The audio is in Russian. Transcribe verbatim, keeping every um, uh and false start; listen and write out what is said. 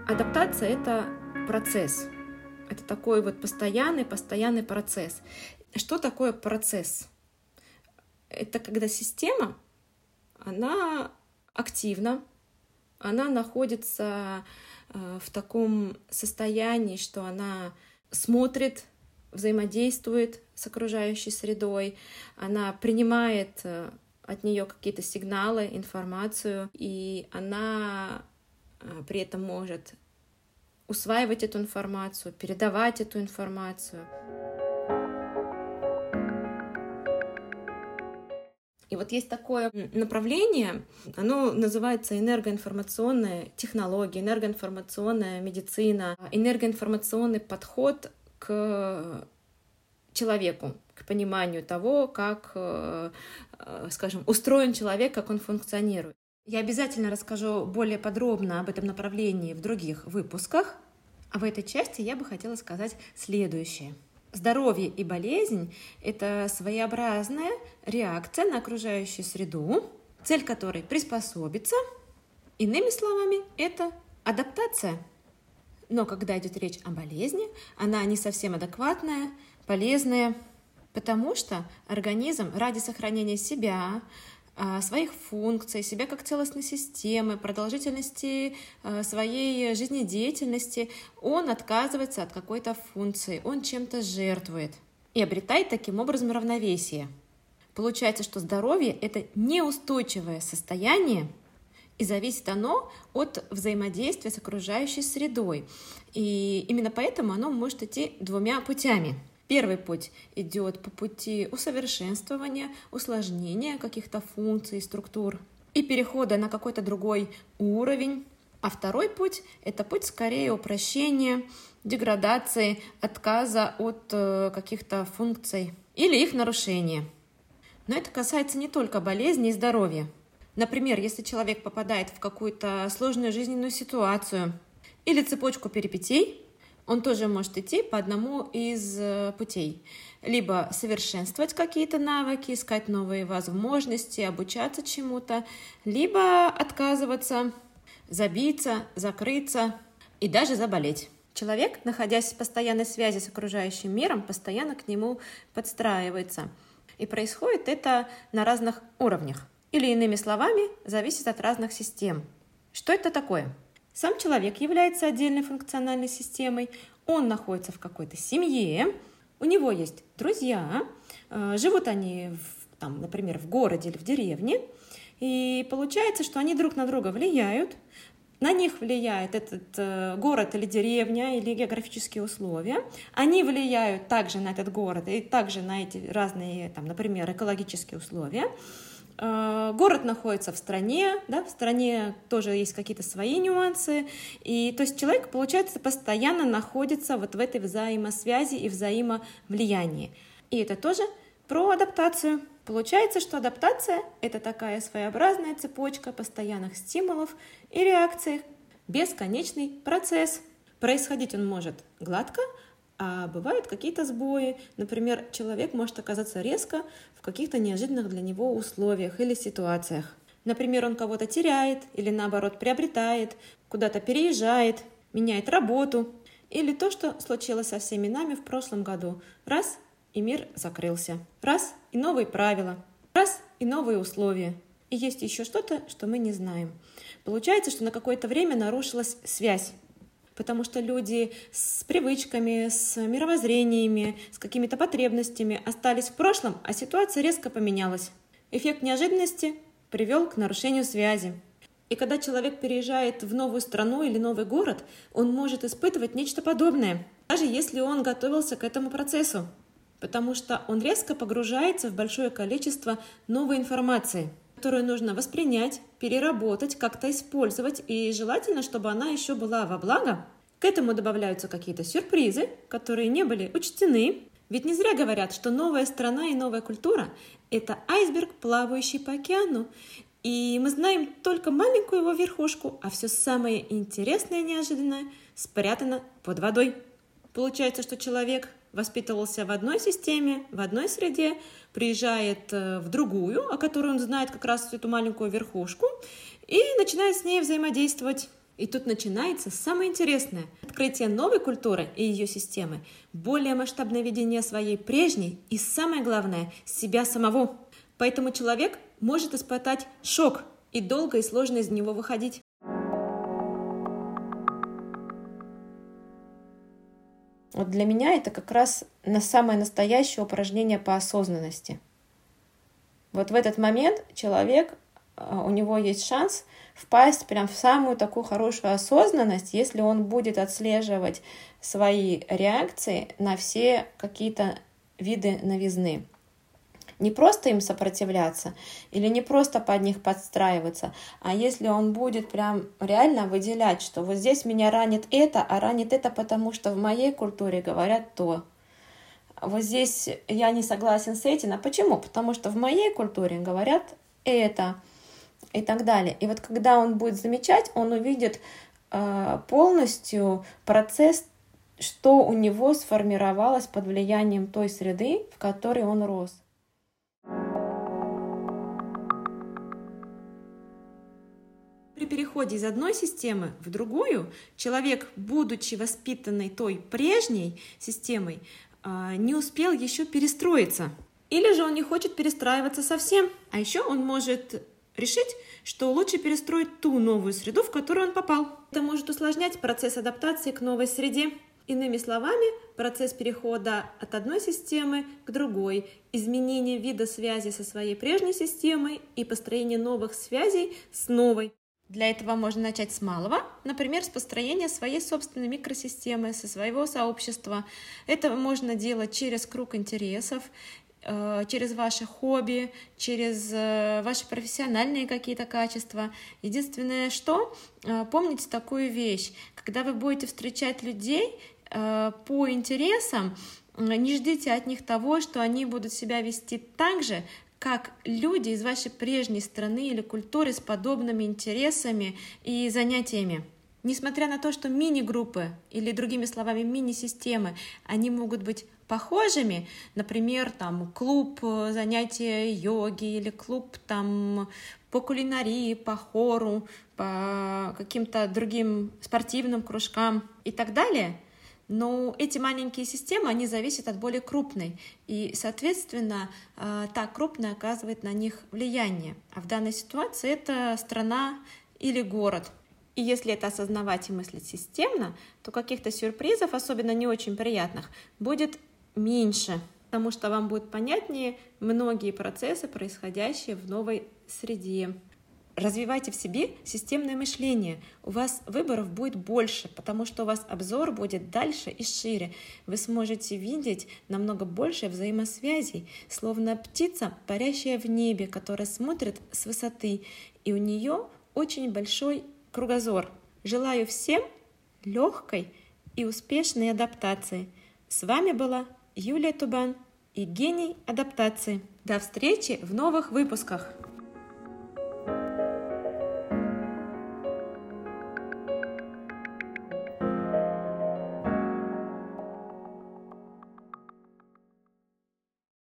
Адаптация — это процесс. Это такой вот постоянный, постоянный процесс. Что такое процесс? Это когда система, она активна, она находится в таком состоянии, что она смотрит, взаимодействует с окружающей средой, она принимает от нее какие-то сигналы, информацию, и она при этом может усваивать эту информацию, передавать эту информацию. И вот есть такое направление, оно называется энергоинформационная технология, энергоинформационная медицина, энергоинформационный подход к человеку, к пониманию того, как, скажем, устроен человек, как он функционирует. Я обязательно расскажу более подробно об этом направлении в других выпусках, а в этой части я бы хотела сказать следующее. Здоровье и болезнь — это своеобразная реакция на окружающую среду, цель которой приспособиться. Иными словами, это адаптация. Но когда идет речь о болезни, она не совсем адекватная, полезная, потому что организм ради сохранения себя, своих функций, себя как целостной системы, продолжительности своей жизнедеятельности, он отказывается от какой-то функции, он чем-то жертвует и обретает таким образом равновесие. Получается, что здоровье — это неустойчивое состояние, и зависит оно от взаимодействия с окружающей средой. И именно поэтому оно может идти двумя путями. Первый путь идет по пути усовершенствования, усложнения каких-то функций, структур и перехода на какой-то другой уровень. А второй путь — это путь скорее упрощения, деградации, отказа от э, каких-то функций или их нарушения. Но это касается не только болезни и здоровья. Например, если человек попадает в какую-то сложную жизненную ситуацию или цепочку перипетий, он тоже может идти по одному из путей. Либо совершенствовать какие-то навыки, искать новые возможности, обучаться чему-то, либо отказываться, забиться, закрыться и даже заболеть. Человек, находясь в постоянной связи с окружающим миром, постоянно к нему подстраивается. И происходит это на разных уровнях. Или, иными словами, зависит от разных систем. Что это такое? Сам человек является отдельной функциональной системой, он находится в какой-то семье, у него есть друзья, живут они, в, там, например, в городе или в деревне, и получается, что они друг на друга влияют, на них влияет этот город или деревня, или географические условия, они влияют также на этот город и также на эти разные, там, например, экологические условия. Город находится в стране, да, в стране тоже есть какие-то свои нюансы, и то есть человек, получается, постоянно находится вот в этой взаимосвязи и взаимовлиянии. И это тоже про адаптацию. Получается, что адаптация — это такая своеобразная цепочка постоянных стимулов и реакций, бесконечный процесс. Происходить он может гладко, а бывают какие-то сбои. Например, человек может оказаться резко в каких-то неожиданных для него условиях или ситуациях. Например, он кого-то теряет или, наоборот, приобретает, куда-то переезжает, меняет работу. Или то, что случилось со всеми нами в прошлом году. Раз — и мир закрылся. Раз — и новые правила. Раз — и новые условия. И есть еще что-то, что мы не знаем. Получается, что на какое-то время нарушилась связь. Потому что люди с привычками, с мировоззрениями, с какими-то потребностями остались в прошлом, а ситуация резко поменялась. Эффект неожиданности привел к нарушению связи. И когда человек переезжает в новую страну или новый город, он может испытывать нечто подобное, даже если он готовился к этому процессу, потому что он резко погружается в большое количество новой информации, которую нужно воспринять, переработать, как-то использовать, и желательно, чтобы она еще была во благо. К этому добавляются какие-то сюрпризы, которые не были учтены. Ведь не зря говорят, что новая страна и новая культура — это айсберг, плавающий по океану. И мы знаем только маленькую его верхушку, а все самое интересное и неожиданное спрятано под водой. Получается, что человек воспитывался в одной системе, в одной среде, приезжает в другую, о которой он знает как раз эту маленькую верхушку, и начинает с ней взаимодействовать. И тут начинается самое интересное – открытие новой культуры и ее системы, более масштабное видение своей прежней и, самое главное, себя самого. Поэтому человек может испытать шок и долго и сложно из него выходить. Вот для меня это как раз на самое настоящее упражнение по осознанности. Вот в этот момент человек, у него есть шанс впасть прям в самую такую хорошую осознанность, если он будет отслеживать свои реакции на все какие-то виды новизны. Не просто им сопротивляться или не просто под них подстраиваться, а если он будет прям реально выделять, что вот здесь меня ранит это, а ранит это, потому что в моей культуре говорят то. Вот здесь я не согласен с этим. А почему? Потому что в моей культуре говорят это и так далее. И вот когда он будет замечать, он увидит э, полностью процесс, что у него сформировалось под влиянием той среды, в которой он рос. При переходе из одной системы в другую человек, будучи воспитанной той прежней системой, не успел еще перестроиться. Или же он не хочет перестраиваться совсем. А еще он может решить, что лучше перестроить ту новую среду, в которую он попал. Это может усложнять процесс адаптации к новой среде. Иными словами, процесс перехода от одной системы к другой, изменение вида связи со своей прежней системой и построение новых связей с новой. Для этого можно начать с малого, например, с построения своей собственной микросистемы, со своего сообщества. Это можно делать через круг интересов, через ваши хобби, через ваши профессиональные какие-то качества. Единственное, что помните такую вещь, когда вы будете встречать людей по интересам, не ждите от них того, что они будут себя вести так же, как люди из вашей прежней страны или культуры с подобными интересами и занятиями. Несмотря на то, что мини-группы, или другими словами мини-системы, они могут быть похожими, например, там, клуб занятия йоги или клуб там, по кулинарии, по хору, по каким-то другим спортивным кружкам и так далее, но эти маленькие системы, они зависят от более крупной, и, соответственно, та крупная оказывает на них влияние. А в данной ситуации это страна или город. И если это осознавать и мыслить системно, то каких-то сюрпризов, особенно не очень приятных, будет меньше, потому что вам будет понятнее многие процессы, происходящие в новой среде. Развивайте в себе системное мышление. У вас выборов будет больше, потому что у вас обзор будет дальше и шире. Вы сможете видеть намного больше взаимосвязей, словно птица, парящая в небе, которая смотрит с высоты, и у нее очень большой кругозор. Желаю всем легкой и успешной адаптации. С вами была Юлия Тубан и гений адаптации. До встречи в новых выпусках!